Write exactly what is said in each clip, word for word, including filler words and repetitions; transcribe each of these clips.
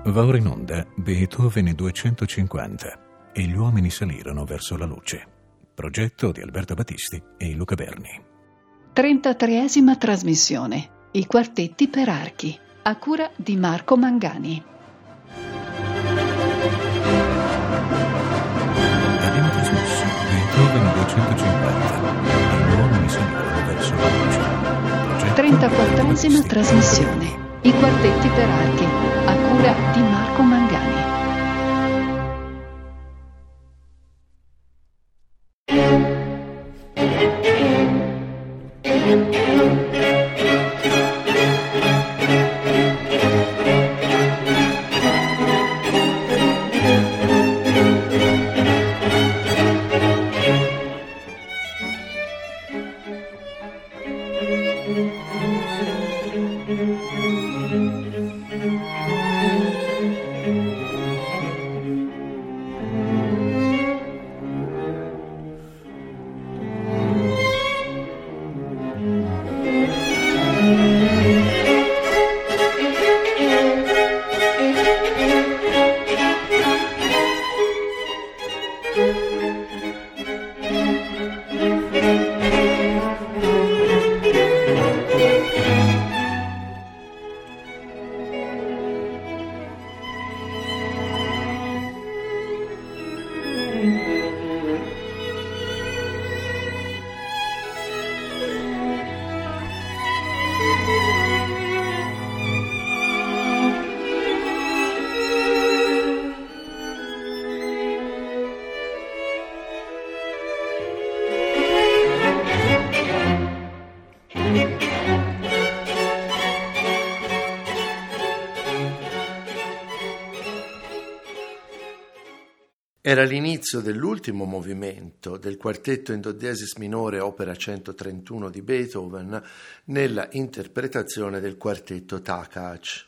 Va ora in onda Beethoven duecentocinquanta e gli uomini salirono verso la luce. Progetto di Alberto Battisti e Luca Berni. trentatreesima trasmissione. I quartetti per archi, a cura di Marco Mangani. Abbiamo trasmesso Beethoven duecentocinquanta e gli uomini salirono verso la luce. Progetto trentaquattresima trasmissione. I quartetti per archi, a cura di Marco Mangani. Era l'inizio dell'ultimo movimento del quartetto in do diesis minore opera centotrentuno di Beethoven nella interpretazione del quartetto Takács.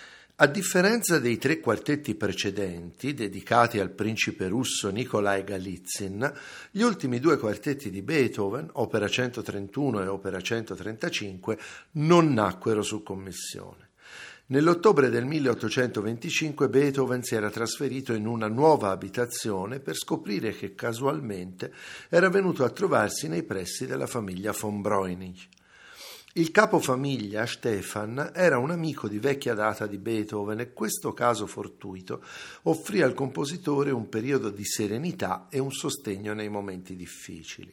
A differenza dei tre quartetti precedenti, dedicati al principe russo Nikolai Golitsyn, gli ultimi due quartetti di Beethoven, opera centotrentuno e opera centotrentacinque, non nacquero su commissione. Nell'ottobre del milleottocentoventicinque Beethoven si era trasferito in una nuova abitazione per scoprire che casualmente era venuto a trovarsi nei pressi della famiglia von Breunig. Il capofamiglia, Stefan, era un amico di vecchia data di Beethoven e questo caso fortuito offrì al compositore un periodo di serenità e un sostegno nei momenti difficili.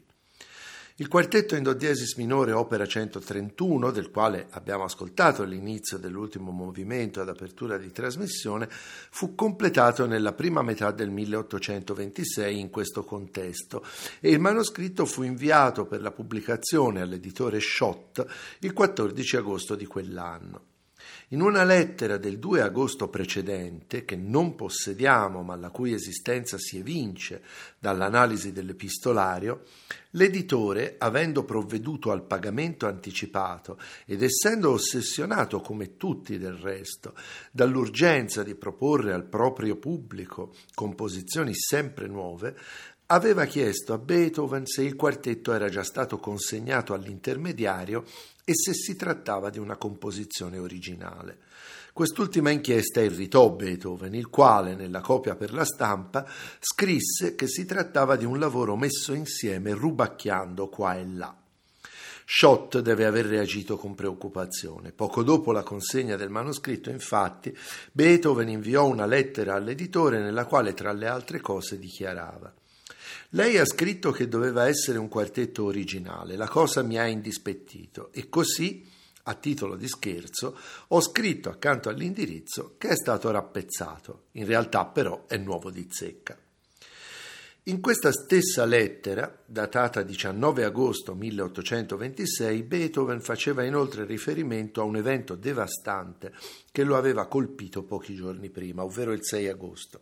Il quartetto in do diesis minore opera centotrentuno, del quale abbiamo ascoltato l'inizio dell'ultimo movimento ad apertura di trasmissione, fu completato nella prima metà del milleottocentoventisei in questo contesto e il manoscritto fu inviato per la pubblicazione all'editore Schott il quattordici agosto di quell'anno. In una lettera del due agosto precedente, che non possediamo ma la cui esistenza si evince dall'analisi dell'epistolario, l'editore, avendo provveduto al pagamento anticipato ed essendo ossessionato, come tutti del resto, dall'urgenza di proporre al proprio pubblico composizioni sempre nuove, aveva chiesto a Beethoven se il quartetto era già stato consegnato all'intermediario e se si trattava di una composizione originale. Quest'ultima inchiesta irritò Beethoven, il quale, nella copia per la stampa, scrisse che si trattava di un lavoro messo insieme rubacchiando qua e là. Schott deve aver reagito con preoccupazione. Poco dopo la consegna del manoscritto, infatti, Beethoven inviò una lettera all'editore nella quale, tra le altre cose, dichiarava: «Lei ha scritto che doveva essere un quartetto originale, la cosa mi ha indispettito e così, a titolo di scherzo, ho scritto accanto all'indirizzo che è stato rappezzato. In realtà però è nuovo di zecca». In questa stessa lettera, datata diciannove agosto milleottocentoventisei, Beethoven faceva inoltre riferimento a un evento devastante che lo aveva colpito pochi giorni prima, ovvero il sei agosto.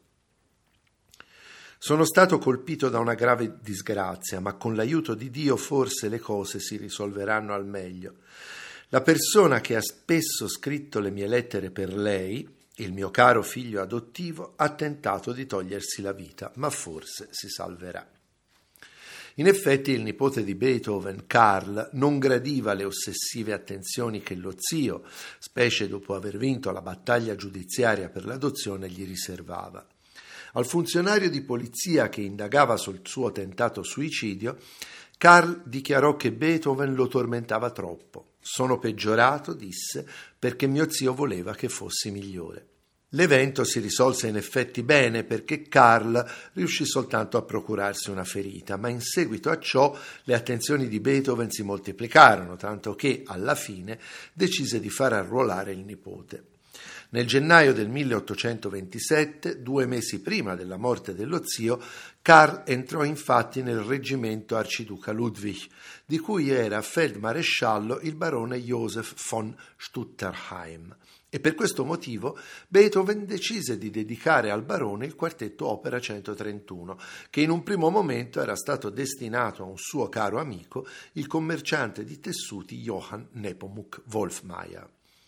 «Sono stato colpito da una grave disgrazia, ma con l'aiuto di Dio forse le cose si risolveranno al meglio. La persona che ha spesso scritto le mie lettere per lei, il mio caro figlio adottivo, ha tentato di togliersi la vita, ma forse si salverà». In effetti il nipote di Beethoven, Karl, non gradiva le ossessive attenzioni che lo zio, specie dopo aver vinto la battaglia giudiziaria per l'adozione, gli riservava. Al funzionario di polizia che indagava sul suo tentato suicidio, Karl dichiarò che Beethoven lo tormentava troppo. «Sono peggiorato», disse, «perché mio zio voleva che fossi migliore». L'evento si risolse in effetti bene perché Karl riuscì soltanto a procurarsi una ferita, ma in seguito a ciò le attenzioni di Beethoven si moltiplicarono, tanto che alla fine decise di far arruolare il nipote. Nel gennaio del milleottocentoventisette, due mesi prima della morte dello zio, Karl entrò infatti nel reggimento arciduca Ludwig, di cui era feldmaresciallo il barone Joseph von Stutterheim. E per questo motivo Beethoven decise di dedicare al barone il quartetto opera centotrentuno, che in un primo momento era stato destinato a un suo caro amico, il commerciante di tessuti Johann Nepomuk Wolfmayer.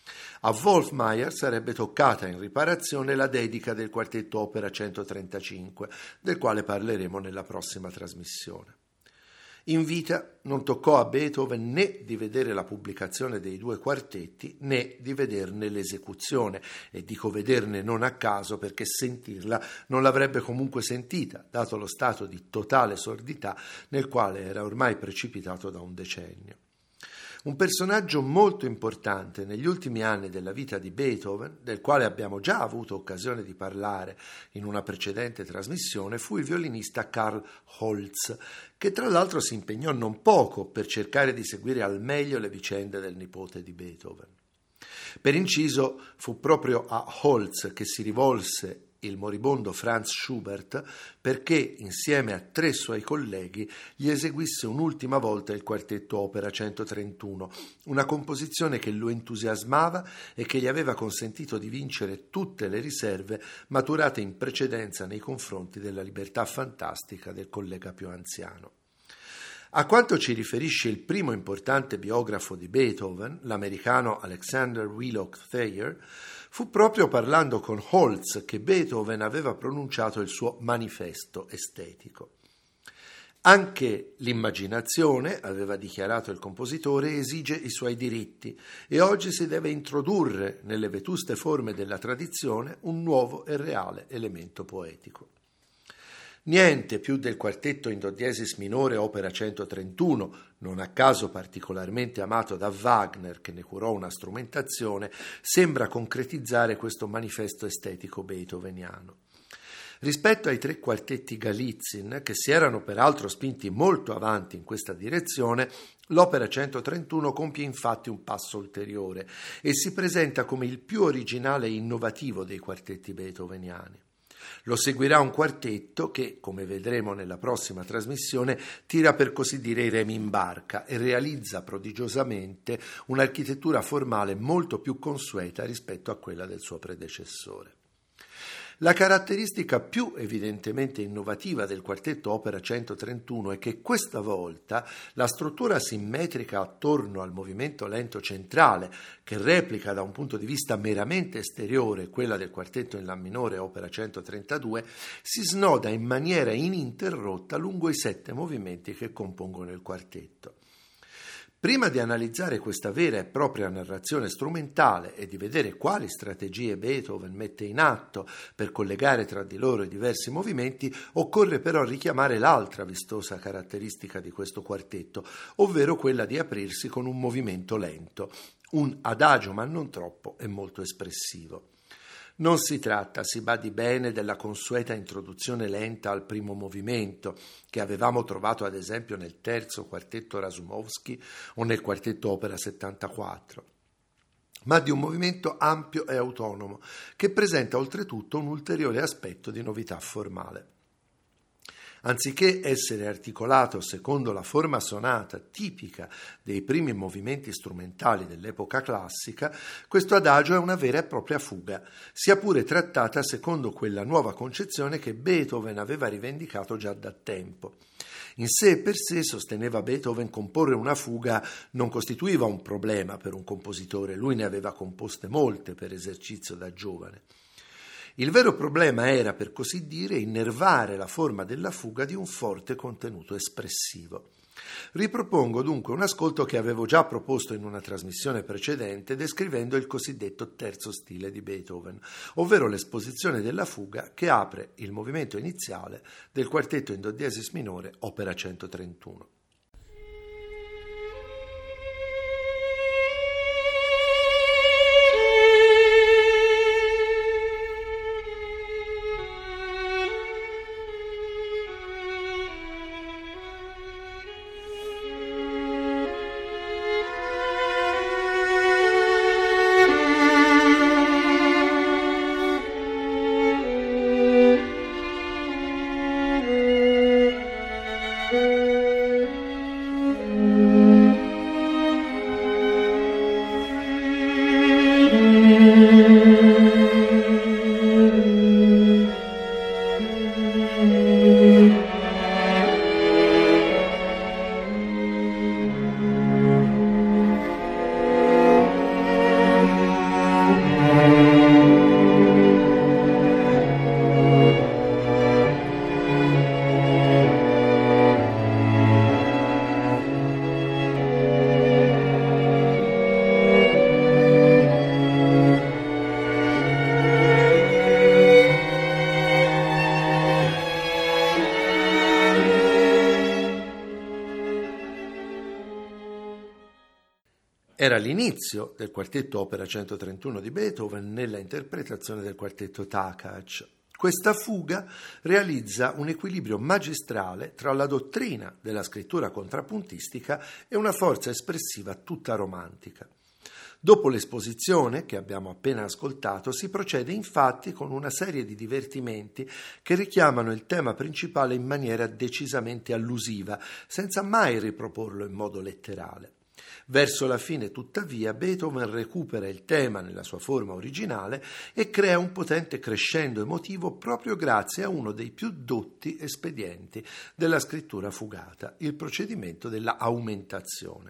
A Wolfmayer sarebbe toccata in riparazione la dedica del quartetto opera centotrentacinque, del quale parleremo nella prossima trasmissione. In vita non toccò a Beethoven né di vedere la pubblicazione dei due quartetti né di vederne l'esecuzione, e dico vederne non a caso perché sentirla non l'avrebbe comunque sentita, dato lo stato di totale sordità nel quale era ormai precipitato da un decennio. Un personaggio molto importante negli ultimi anni della vita di Beethoven, del quale abbiamo già avuto occasione di parlare in una precedente trasmissione, fu il violinista Karl Holz, che tra l'altro si impegnò non poco per cercare di seguire al meglio le vicende del nipote di Beethoven. Per inciso, fu proprio a Holz che si rivolse il moribondo Franz Schubert perché, insieme a tre suoi colleghi, gli eseguisse un'ultima volta il quartetto opera centotrentuno, una composizione che lo entusiasmava e che gli aveva consentito di vincere tutte le riserve maturate in precedenza nei confronti della libertà fantastica del collega più anziano. A quanto ci riferisce il primo importante biografo di Beethoven, l'americano Alexander Wheelock Thayer, fu proprio parlando con Holz che Beethoven aveva pronunciato il suo manifesto estetico. Anche l'immaginazione, aveva dichiarato il compositore, esige i suoi diritti e oggi si deve introdurre nelle vetuste forme della tradizione un nuovo e reale elemento poetico. Niente più del quartetto in do diesis minore opera centotrentuno, non a caso particolarmente amato da Wagner, che ne curò una strumentazione, sembra concretizzare questo manifesto estetico beethoveniano. Rispetto ai tre quartetti Galitzin, che si erano peraltro spinti molto avanti in questa direzione, l'opera centotrentuno compie infatti un passo ulteriore e si presenta come il più originale e innovativo dei quartetti beethoveniani. Lo seguirà un quartetto che, come vedremo nella prossima trasmissione, tira per così dire i remi in barca e realizza prodigiosamente un'architettura formale molto più consueta rispetto a quella del suo predecessore. La caratteristica più evidentemente innovativa del quartetto opera centotrentuno è che questa volta la struttura simmetrica attorno al movimento lento centrale, che replica da un punto di vista meramente esteriore quella del quartetto in La minore opera centotrentadue, si snoda in maniera ininterrotta lungo i sette movimenti che compongono il quartetto. Prima di analizzare questa vera e propria narrazione strumentale e di vedere quali strategie Beethoven mette in atto per collegare tra di loro i diversi movimenti, occorre però richiamare l'altra vistosa caratteristica di questo quartetto, ovvero quella di aprirsi con un movimento lento, un adagio ma non troppo e molto espressivo. Non si tratta, si badi bene, della consueta introduzione lenta al primo movimento, che avevamo trovato ad esempio nel terzo quartetto Rasumowski o nel quartetto opera settantaquattro, ma di un movimento ampio e autonomo, che presenta oltretutto un ulteriore aspetto di novità formale. Anziché essere articolato secondo la forma sonata tipica dei primi movimenti strumentali dell'epoca classica, questo adagio è una vera e propria fuga, sia pure trattata secondo quella nuova concezione che Beethoven aveva rivendicato già da tempo. In sé e per sé, sosteneva Beethoven, comporre una fuga non costituiva un problema per un compositore, lui ne aveva composte molte per esercizio da giovane. Il vero problema era, per così dire, innervare la forma della fuga di un forte contenuto espressivo. Ripropongo dunque un ascolto che avevo già proposto in una trasmissione precedente descrivendo il cosiddetto terzo stile di Beethoven, ovvero l'esposizione della fuga che apre il movimento iniziale del quartetto in do diesis minore, opera centotrentuno. Era l'inizio del quartetto opera centotrentuno di Beethoven nella interpretazione del quartetto Takács. Questa fuga realizza un equilibrio magistrale tra la dottrina della scrittura contrappuntistica e una forza espressiva tutta romantica. Dopo l'esposizione che abbiamo appena ascoltato, si procede infatti con una serie di divertimenti che richiamano il tema principale in maniera decisamente allusiva, senza mai riproporlo in modo letterale. Verso la fine, tuttavia, Beethoven recupera il tema nella sua forma originale e crea un potente crescendo emotivo proprio grazie a uno dei più dotti espedienti della scrittura fugata, il procedimento della aumentazione.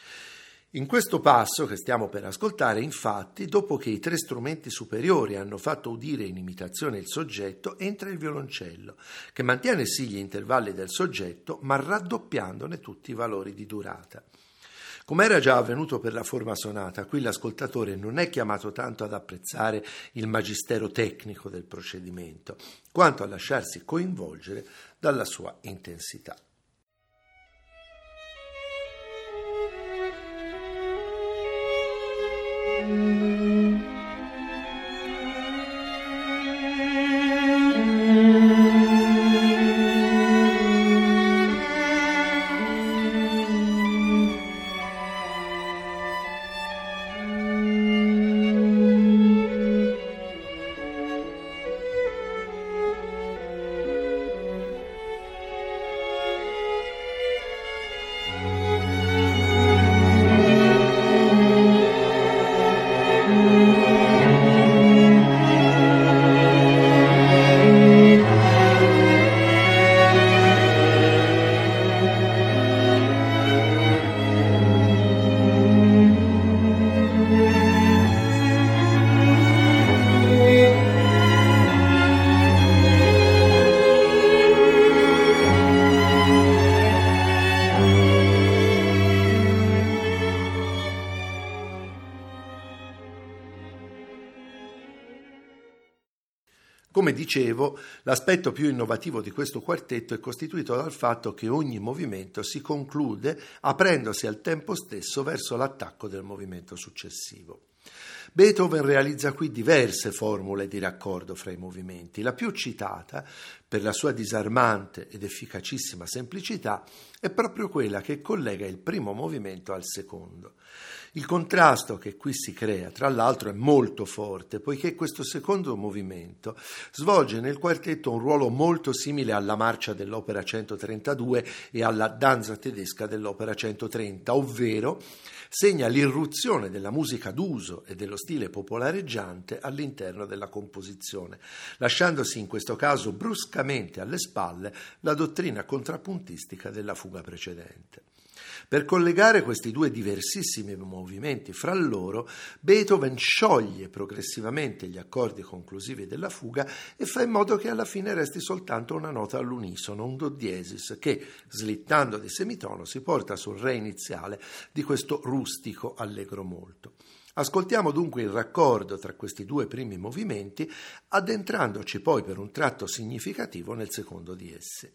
In questo passo che stiamo per ascoltare, infatti, dopo che i tre strumenti superiori hanno fatto udire in imitazione il soggetto, entra il violoncello, che mantiene sì gli intervalli del soggetto, ma raddoppiandone tutti i valori di durata. Come era già avvenuto per la forma sonata, qui l'ascoltatore non è chiamato tanto ad apprezzare il magistero tecnico del procedimento, quanto a lasciarsi coinvolgere dalla sua intensità. Come dicevo, l'aspetto più innovativo di questo quartetto è costituito dal fatto che ogni movimento si conclude aprendosi al tempo stesso verso l'attacco del movimento successivo. Beethoven realizza qui diverse formule di raccordo fra i movimenti. La più citata, per la sua disarmante ed efficacissima semplicità, è proprio quella che collega il primo movimento al secondo. Il contrasto che qui si crea, tra l'altro, è molto forte, poiché questo secondo movimento svolge nel quartetto un ruolo molto simile alla marcia dell'opera centotrentadue e alla danza tedesca dell'opera centotrenta, ovvero segna l'irruzione della musica d'uso e dello stile popolareggiante all'interno della composizione, lasciandosi in questo caso bruscamente alle spalle la dottrina contrappuntistica della fuga precedente. Per collegare questi due diversissimi movimenti fra loro, Beethoven scioglie progressivamente gli accordi conclusivi della fuga e fa in modo che alla fine resti soltanto una nota all'unisono, un do diesis, che, slittando di semitono, si porta sul re iniziale di questo rustico allegro molto. Ascoltiamo dunque il raccordo tra questi due primi movimenti, addentrandoci poi per un tratto significativo nel secondo di essi.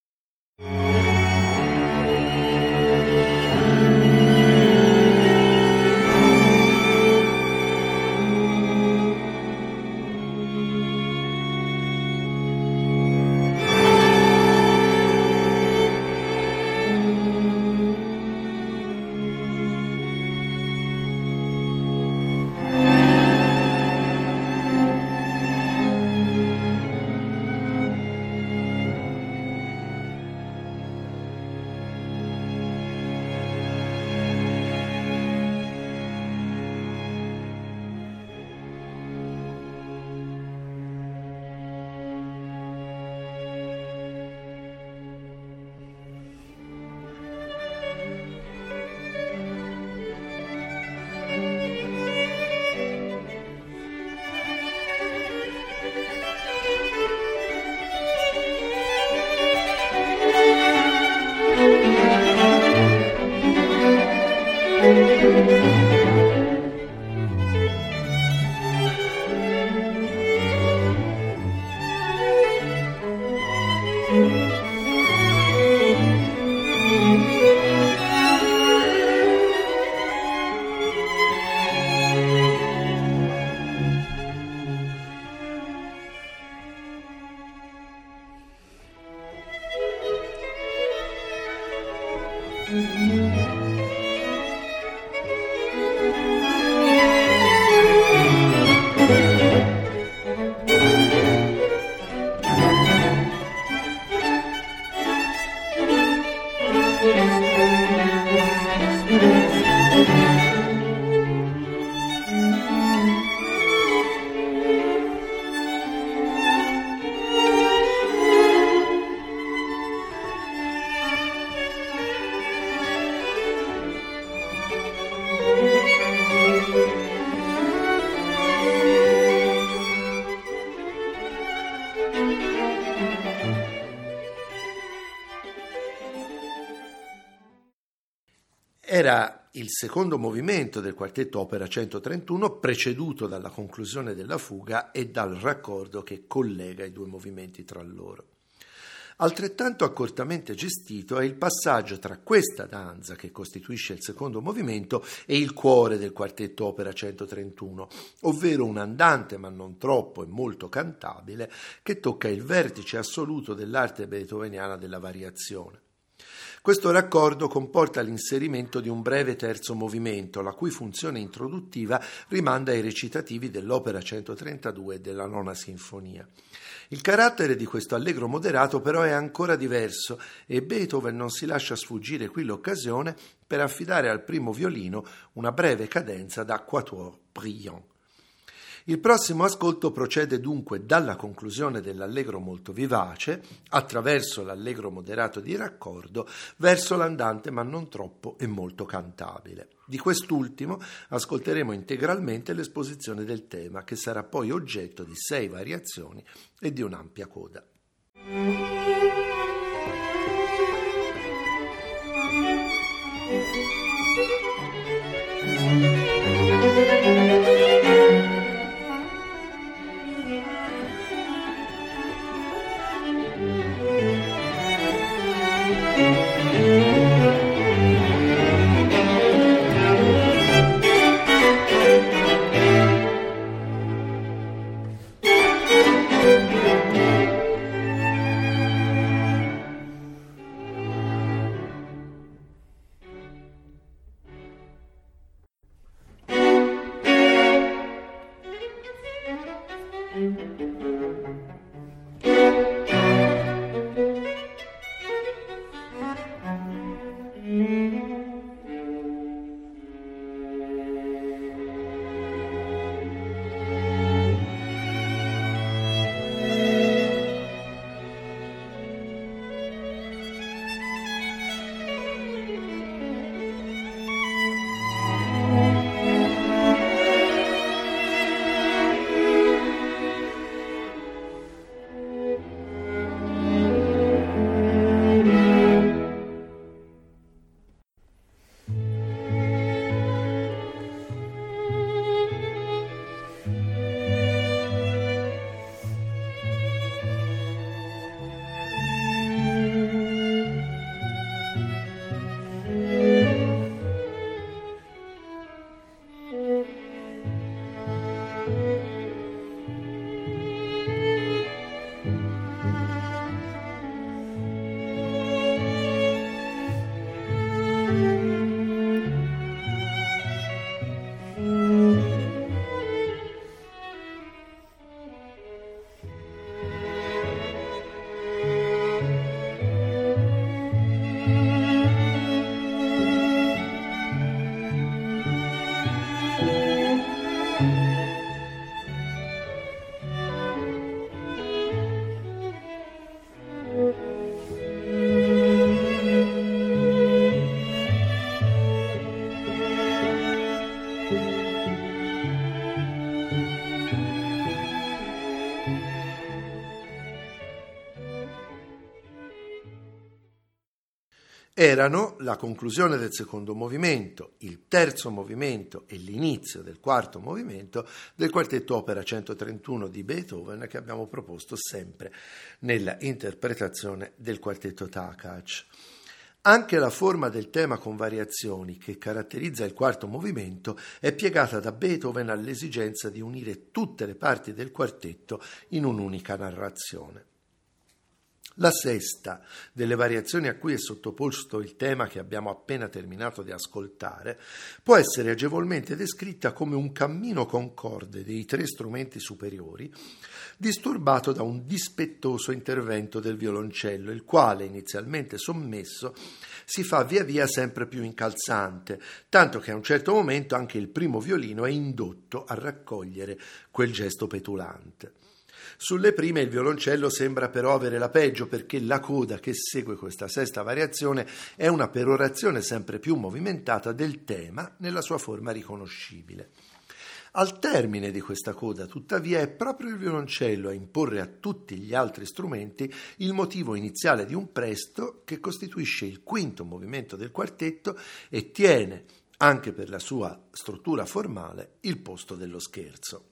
Era il secondo movimento del quartetto opera centotrentuno, preceduto dalla conclusione della fuga e dal raccordo che collega i due movimenti tra loro. Altrettanto accortamente gestito è il passaggio tra questa danza, che costituisce il secondo movimento, e il cuore del quartetto opera centotrentuno, ovvero un andante ma non troppo e molto cantabile che tocca il vertice assoluto dell'arte beethoveniana della variazione. Questo raccordo comporta l'inserimento di un breve terzo movimento, la cui funzione introduttiva rimanda ai recitativi dell'opera centotrentadue e della nona sinfonia. Il carattere di questo allegro moderato però è ancora diverso e Beethoven non si lascia sfuggire qui l'occasione per affidare al primo violino una breve cadenza da quatuor brillant. Il prossimo ascolto procede dunque dalla conclusione dell'allegro molto vivace, attraverso l'allegro moderato di raccordo, verso l'andante ma non troppo e molto cantabile. Di quest'ultimo ascolteremo integralmente l'esposizione del tema, che sarà poi oggetto di sei variazioni e di un'ampia coda. erano la conclusione del secondo movimento, il terzo movimento e l'inizio del quarto movimento del quartetto opera centotrentuno di Beethoven, che abbiamo proposto sempre nella interpretazione del quartetto Takacs. Anche la forma del tema con variazioni che caratterizza il quarto movimento è piegata da Beethoven all'esigenza di unire tutte le parti del quartetto in un'unica narrazione. La sesta delle variazioni a cui è sottoposto il tema che abbiamo appena terminato di ascoltare può essere agevolmente descritta come un cammino concorde dei tre strumenti superiori, disturbato da un dispettoso intervento del violoncello, il quale, inizialmente sommesso, si fa via via sempre più incalzante, tanto che a un certo momento anche il primo violino è indotto a raccogliere quel gesto petulante. Sulle prime il violoncello sembra però avere la peggio, perché la coda che segue questa sesta variazione è una perorazione sempre più movimentata del tema nella sua forma riconoscibile. Al termine di questa coda, tuttavia, è proprio il violoncello a imporre a tutti gli altri strumenti il motivo iniziale di un presto che costituisce il quinto movimento del quartetto e tiene, anche per la sua struttura formale, il posto dello scherzo.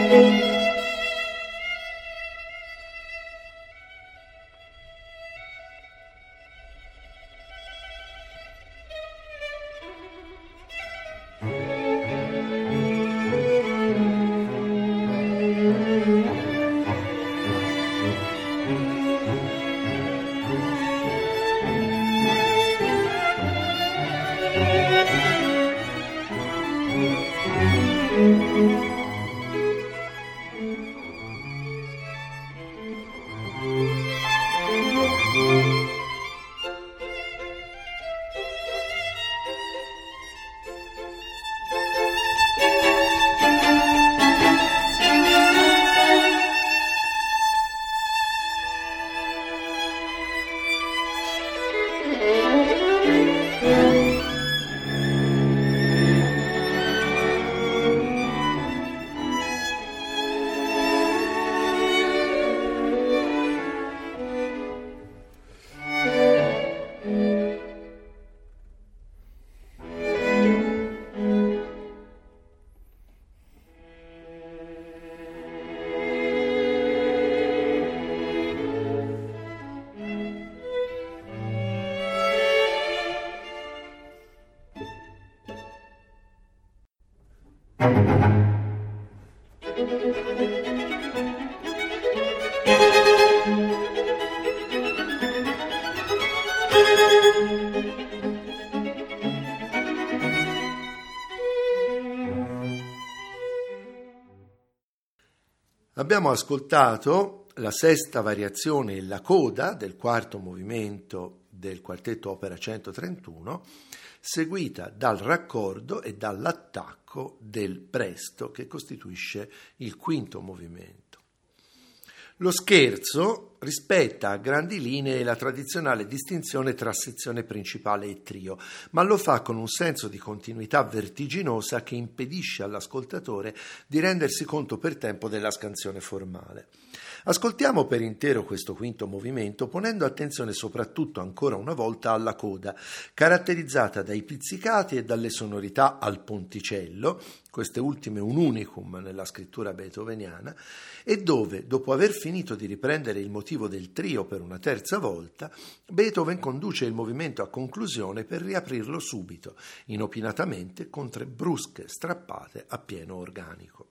Abbiamo ascoltato la sesta variazione e la coda del quarto movimento del quartetto opera centotrentuno, seguita dal raccordo e dall'attacco del presto che costituisce il quinto movimento. Lo scherzo rispetta a grandi linee la tradizionale distinzione tra sezione principale e trio, ma lo fa con un senso di continuità vertiginosa che impedisce all'ascoltatore di rendersi conto per tempo della scansione formale. Ascoltiamo per intero questo quinto movimento, ponendo attenzione soprattutto ancora una volta alla coda, caratterizzata dai pizzicati e dalle sonorità al ponticello, queste ultime un unicum nella scrittura beethoveniana, e dove, dopo aver finito di riprendere il motivo del trio per una terza volta, Beethoven conduce il movimento a conclusione per riaprirlo subito, inopinatamente con tre brusche strappate a pieno organico.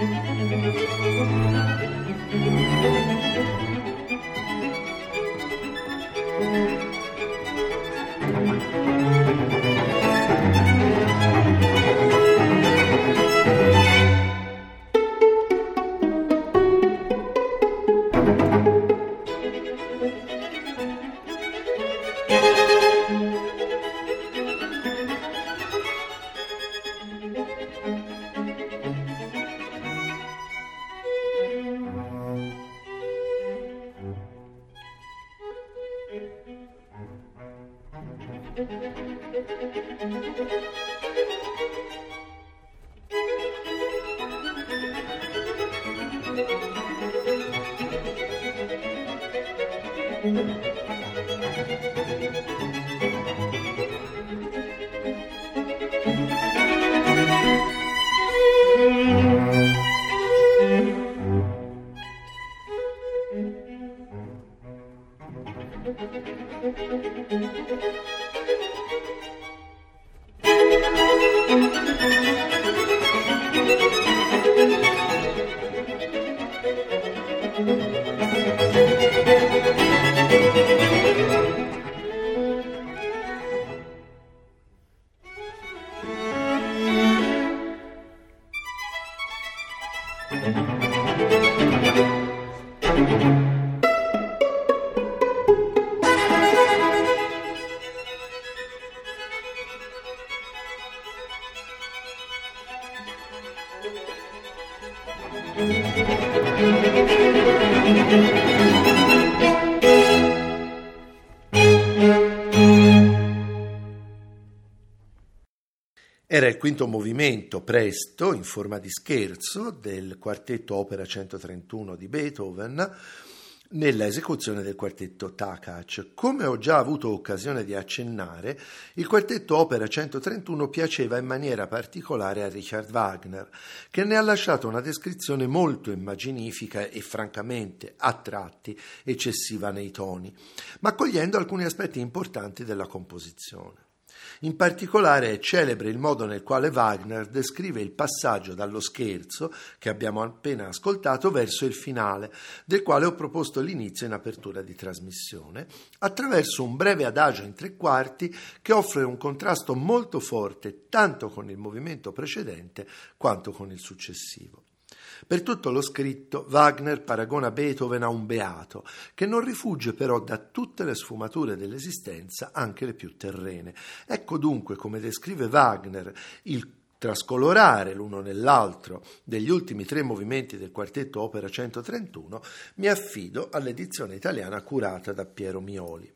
Era il quinto movimento presto, in forma di scherzo, del quartetto opera centotrentuno di Beethoven nella esecuzione del quartetto Takacs. Come ho già avuto occasione di accennare, il quartetto opera centotrentuno piaceva in maniera particolare a Richard Wagner, che ne ha lasciato una descrizione molto immaginifica e francamente, a tratti, eccessiva nei toni, ma cogliendo alcuni aspetti importanti della composizione. In particolare è celebre il modo nel quale Wagner descrive il passaggio dallo scherzo, che abbiamo appena ascoltato, verso il finale, del quale ho proposto l'inizio in apertura di trasmissione, attraverso un breve adagio in tre quarti che offre un contrasto molto forte tanto con il movimento precedente quanto con il successivo. Per tutto lo scritto, Wagner paragona Beethoven a un beato, che non rifugge però da tutte le sfumature dell'esistenza, anche le più terrene. Ecco dunque come descrive Wagner il trascolorare l'uno nell'altro degli ultimi tre movimenti del quartetto opera centotrentuno. Mi affido all'edizione italiana curata da Piero Mioli.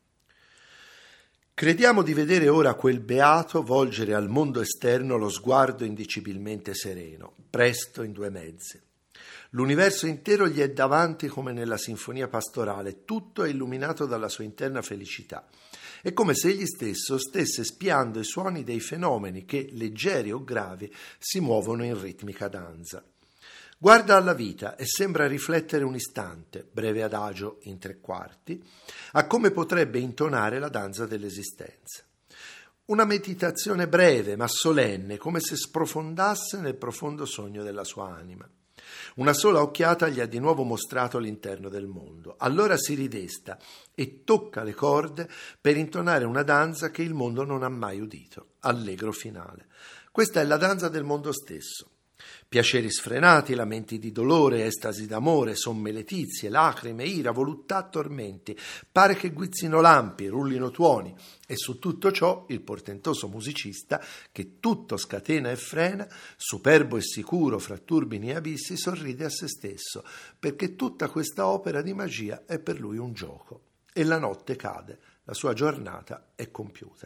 Crediamo di vedere ora quel beato volgere al mondo esterno lo sguardo indicibilmente sereno, presto in due mezzi. L'universo intero gli è davanti come nella sinfonia pastorale, tutto è illuminato dalla sua interna felicità. È come se egli stesso stesse spiando i suoni dei fenomeni che, leggeri o gravi, si muovono in ritmica danza. Guarda alla vita e sembra riflettere un istante, breve adagio in tre quarti, a come potrebbe intonare la danza dell'esistenza. Una meditazione breve ma solenne, come se sprofondasse nel profondo sogno della sua anima. Una sola occhiata gli ha di nuovo mostrato l'interno del mondo. Allora si ridesta e tocca le corde per intonare una danza che il mondo non ha mai udito. Allegro finale. Questa è la danza del mondo stesso. Piaceri sfrenati, lamenti di dolore, estasi d'amore, somme letizie, lacrime, ira, voluttà, tormenti. Pare che guizzino lampi, rullino tuoni, e su tutto ciò il portentoso musicista, che tutto scatena e frena, superbo e sicuro fra turbini e abissi, sorride a se stesso, perché tutta questa opera di magia è per lui un gioco. E la notte cade, la sua giornata è compiuta.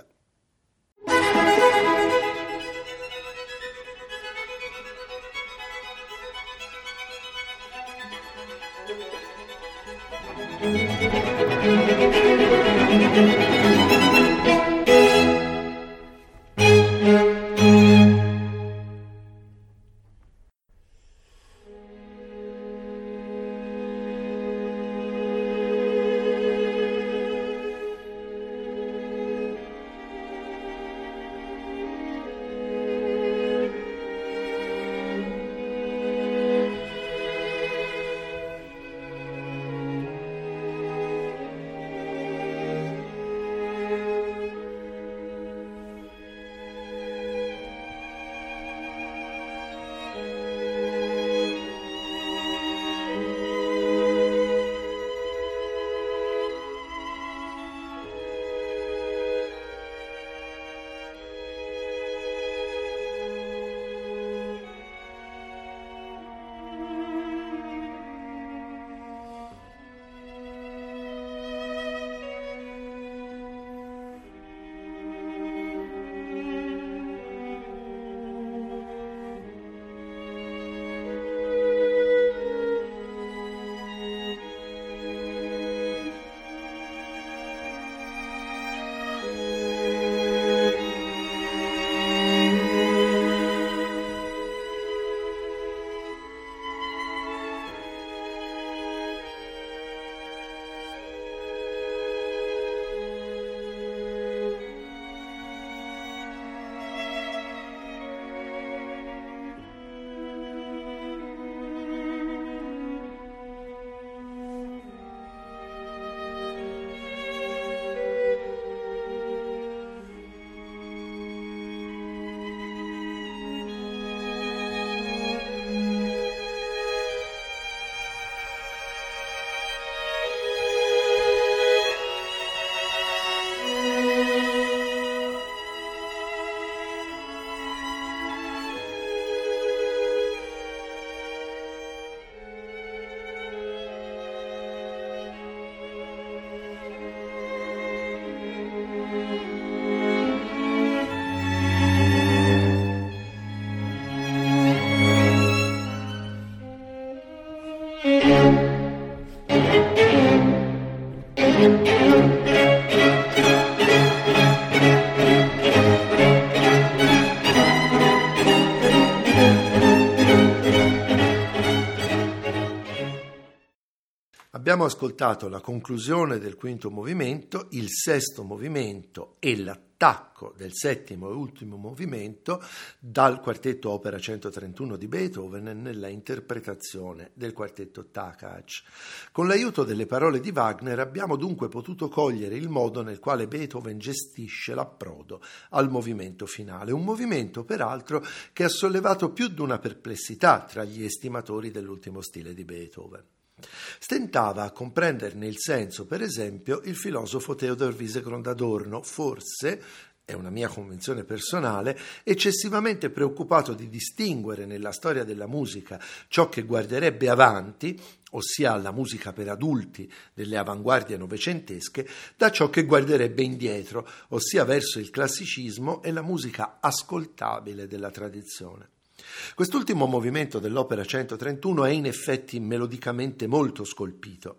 Abbiamo ascoltato la conclusione del quinto movimento, il sesto movimento e l'attacco del settimo e ultimo movimento dal quartetto opera centotrentuno di Beethoven nella interpretazione del quartetto Takacs. Con l'aiuto delle parole di Wagner abbiamo dunque potuto cogliere il modo nel quale Beethoven gestisce l'approdo al movimento finale, un movimento peraltro che ha sollevato più di una perplessità tra gli estimatori dell'ultimo stile di Beethoven. Stentava a comprenderne il senso, per esempio, il filosofo Theodor Wiesegrund Adorno, forse, è una mia convinzione personale, eccessivamente preoccupato di distinguere nella storia della musica ciò che guarderebbe avanti, ossia alla musica per adulti delle avanguardie novecentesche, da ciò che guarderebbe indietro, ossia verso il classicismo e la musica ascoltabile della tradizione. Quest'ultimo movimento dell'opera centotrentuno è in effetti melodicamente molto scolpito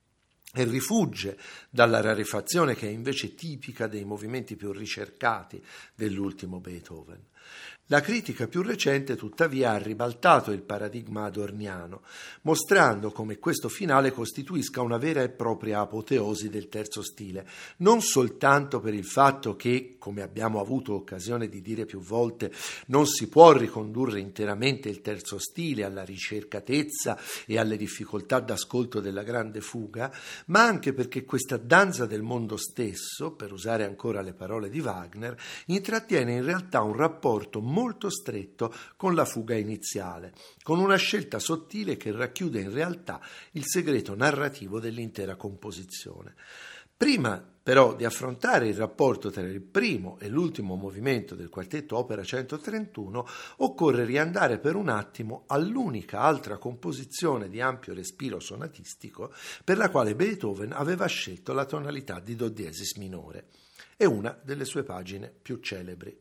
e rifugge dalla rarefazione che è invece tipica dei movimenti più ricercati dell'ultimo Beethoven. La critica più recente, tuttavia, ha ribaltato il paradigma adorniano, mostrando come questo finale costituisca una vera e propria apoteosi del terzo stile, non soltanto per il fatto che, come abbiamo avuto occasione di dire più volte, non si può ricondurre interamente il terzo stile alla ricercatezza e alle difficoltà d'ascolto della grande fuga, ma anche perché questa danza del mondo stesso, per usare ancora le parole di Wagner, intrattiene in realtà un rapporto molto stretto con la fuga iniziale, con una scelta sottile che racchiude in realtà il segreto narrativo dell'intera composizione. Prima però di affrontare il rapporto tra il primo e l'ultimo movimento del quartetto opera centotrentuno, occorre riandare per un attimo all'unica altra composizione di ampio respiro sonatistico per la quale Beethoven aveva scelto la tonalità di do diesis minore. È una delle sue pagine più celebri.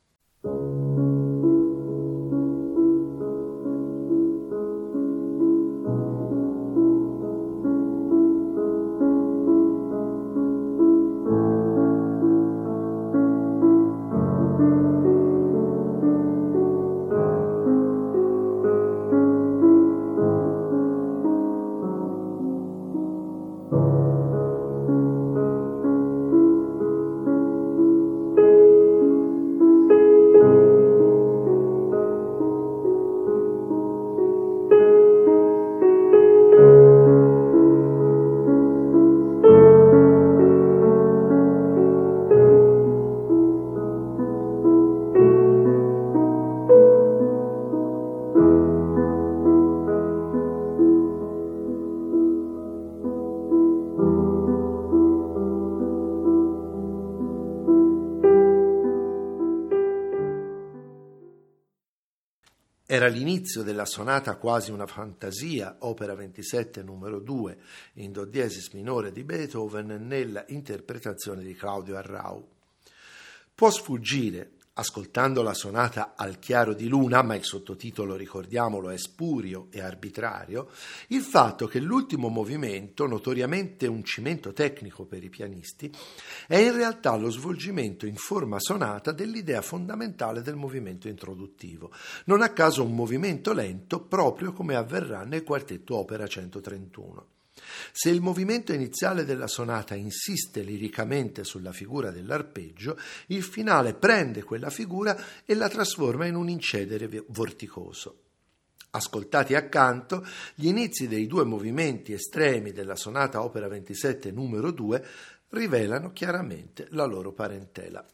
Era l'inizio della sonata Quasi una fantasia, opera ventisette numero due, in do diesis minore di Beethoven nella interpretazione di Claudio Arrau. Può sfuggire, ascoltando la sonata Al chiaro di luna, ma il sottotitolo, ricordiamolo, è spurio e arbitrario, il fatto che l'ultimo movimento, notoriamente un cimento tecnico per i pianisti, è in realtà lo svolgimento in forma sonata dell'idea fondamentale del movimento introduttivo, non a caso un movimento lento proprio come avverrà nel quartetto opera centotrentuno. Se il movimento iniziale della sonata insiste liricamente sulla figura dell'arpeggio, il finale prende quella figura e la trasforma in un incedere vorticoso. Ascoltati accanto, gli inizi dei due movimenti estremi della sonata opera ventisette numero due rivelano chiaramente la loro parentela.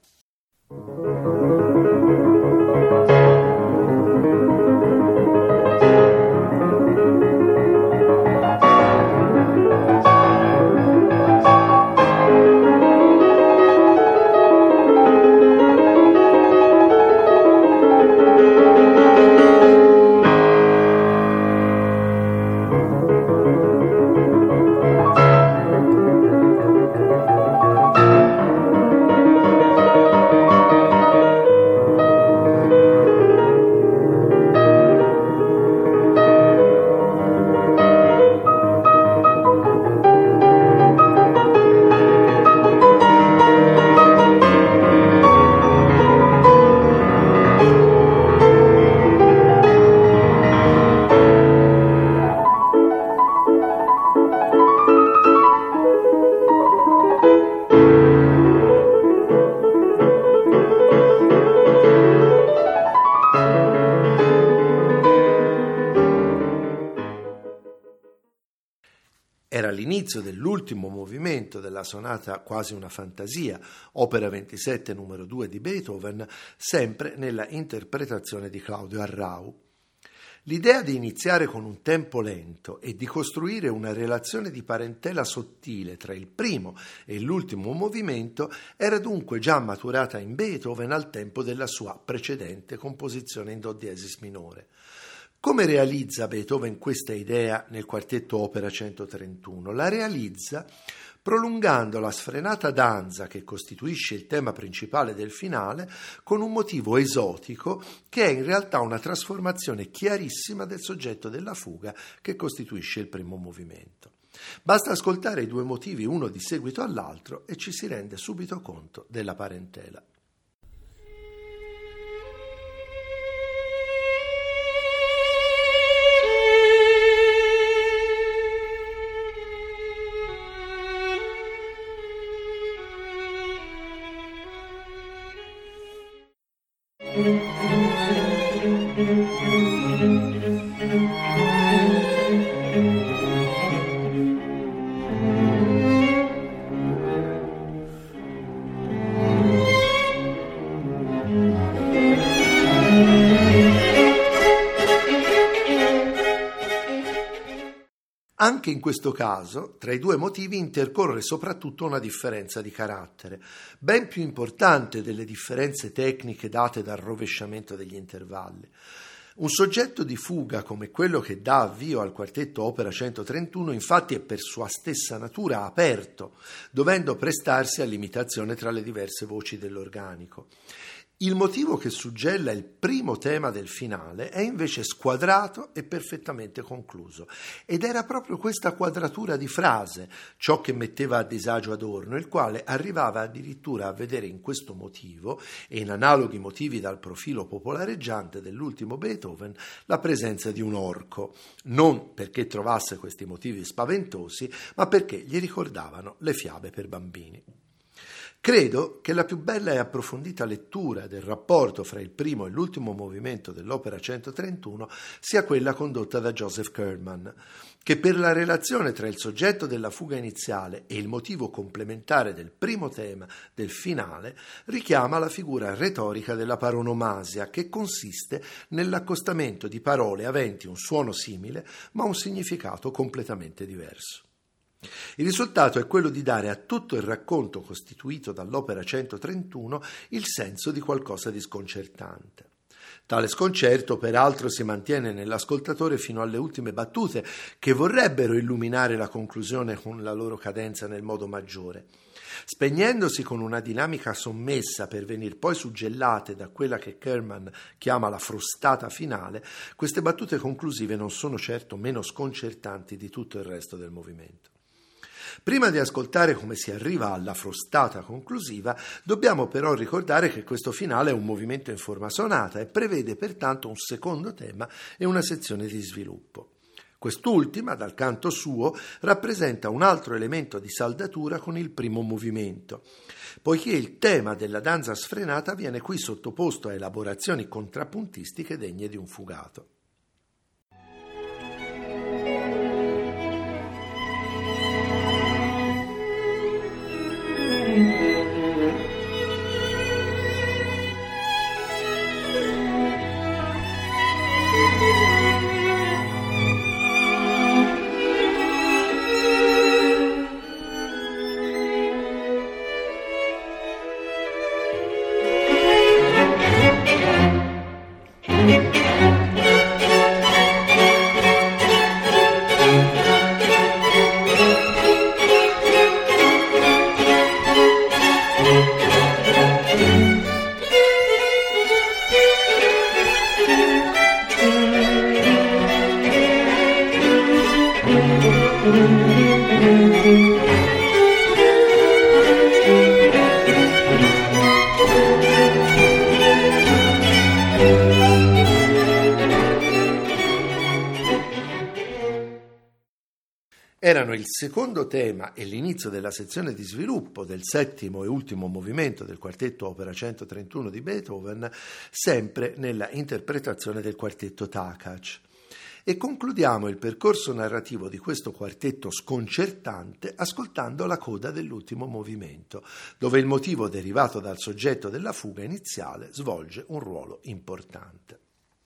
Era l'inizio dell'ultimo movimento della sonata Quasi una fantasia, opera ventisette numero due di Beethoven, sempre nella interpretazione di Claudio Arrau. L'idea di iniziare con un tempo lento e di costruire una relazione di parentela sottile tra il primo e l'ultimo movimento era dunque già maturata in Beethoven al tempo della sua precedente composizione in do diesis minore. Come realizza Beethoven questa idea nel quartetto opera centotrentuno? La realizza prolungando la sfrenata danza che costituisce il tema principale del finale con un motivo esotico che è in realtà una trasformazione chiarissima del soggetto della fuga che costituisce il primo movimento. Basta ascoltare i due motivi uno di seguito all'altro e ci si rende subito conto della parentela. Anche in questo caso, tra i due motivi intercorre soprattutto una differenza di carattere, ben più importante delle differenze tecniche date dal rovesciamento degli intervalli. Un soggetto di fuga come quello che dà avvio al quartetto opera centotrentuno infatti è per sua stessa natura aperto, dovendo prestarsi all'imitazione tra le diverse voci dell'organico. Il motivo che suggella il primo tema del finale è invece squadrato e perfettamente concluso, ed era proprio questa quadratura di frase ciò che metteva a disagio Adorno, il quale arrivava addirittura a vedere in questo motivo, e in analoghi motivi dal profilo popolareggiante dell'ultimo Beethoven, la presenza di un orco, non perché trovasse questi motivi spaventosi, ma perché gli ricordavano le fiabe per bambini. Credo che la più bella e approfondita lettura del rapporto fra il primo e l'ultimo movimento dell'opera centotrentuno sia quella condotta da Joseph Kerman, che per la relazione tra il soggetto della fuga iniziale e il motivo complementare del primo tema del finale richiama la figura retorica della paronomasia, che consiste nell'accostamento di parole aventi un suono simile ma un significato completamente diverso. Il risultato è quello di dare a tutto il racconto costituito dall'opera centotrentuno il senso di qualcosa di sconcertante. Tale sconcerto, peraltro, si mantiene nell'ascoltatore fino alle ultime battute, che vorrebbero illuminare la conclusione con la loro cadenza nel modo maggiore. Spegnendosi con una dinamica sommessa per venir poi suggellate da quella che Kerman chiama la frustata finale, queste battute conclusive non sono certo meno sconcertanti di tutto il resto del movimento. Prima di ascoltare come si arriva alla frustata conclusiva, dobbiamo però ricordare che questo finale è un movimento in forma sonata e prevede pertanto un secondo tema e una sezione di sviluppo. Quest'ultima, dal canto suo, rappresenta un altro elemento di saldatura con il primo movimento, poiché il tema della danza sfrenata viene qui sottoposto a elaborazioni contrappuntistiche degne di un fugato. Erano il secondo tema e l'inizio della sezione di sviluppo del settimo e ultimo movimento del quartetto opera centotrentuno di Beethoven, sempre nella interpretazione del quartetto Takács. e concludiamo il percorso narrativo di questo quartetto sconcertante ascoltando la coda dell'ultimo movimento, dove il motivo derivato dal soggetto della fuga iniziale svolge un ruolo importante.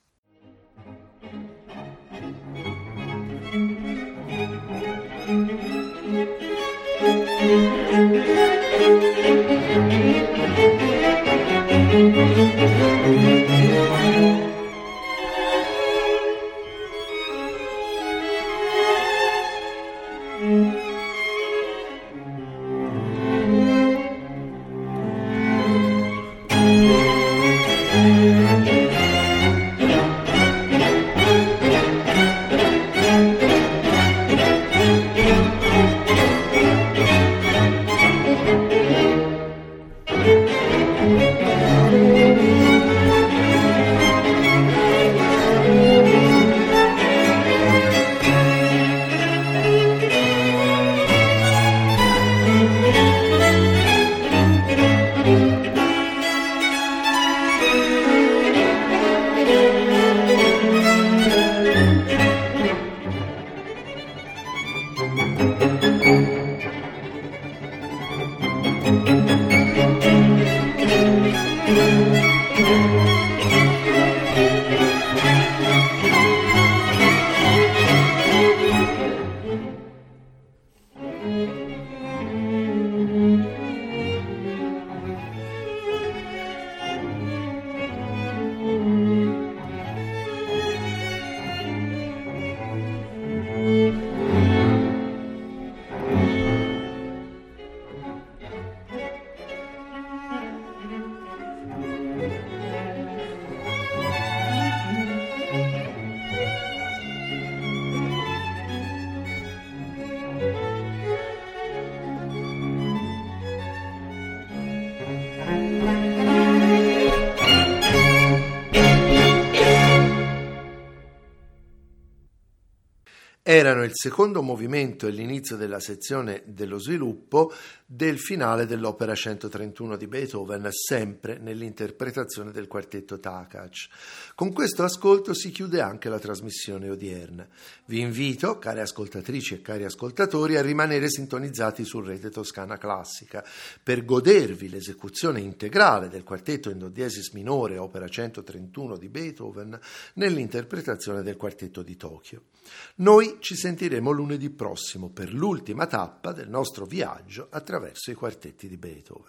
Erano il secondo movimento e l'inizio della sezione dello sviluppo del finale dell'opera centotrentuno di Beethoven, sempre nell'interpretazione del quartetto Takacs. Con questo ascolto si chiude anche la trasmissione odierna. Vi invito, care ascoltatrici e cari ascoltatori, a rimanere sintonizzati su Rete Toscana Classica per godervi l'esecuzione integrale del quartetto in do diesis minore, opera centotrentuno di Beethoven, nell'interpretazione del quartetto di Tokyo. Noi ci sentiremo lunedì prossimo per l'ultima tappa del nostro viaggio attraverso i quartetti di Beethoven.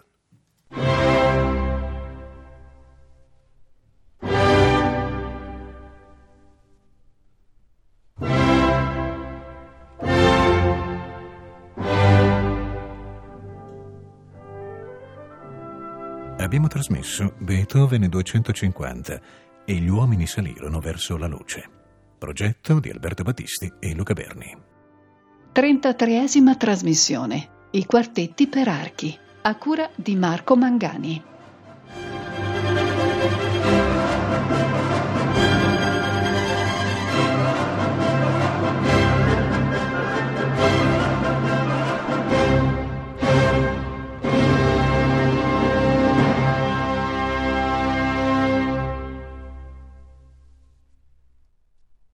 Abbiamo trasmesso Beethoven duecentocinquanta e gli uomini salirono verso la luce. Progetto di Alberto Battisti e Luca Berni. trentatreesima trasmissione. I quartetti per archi. A cura di Marco Mangani.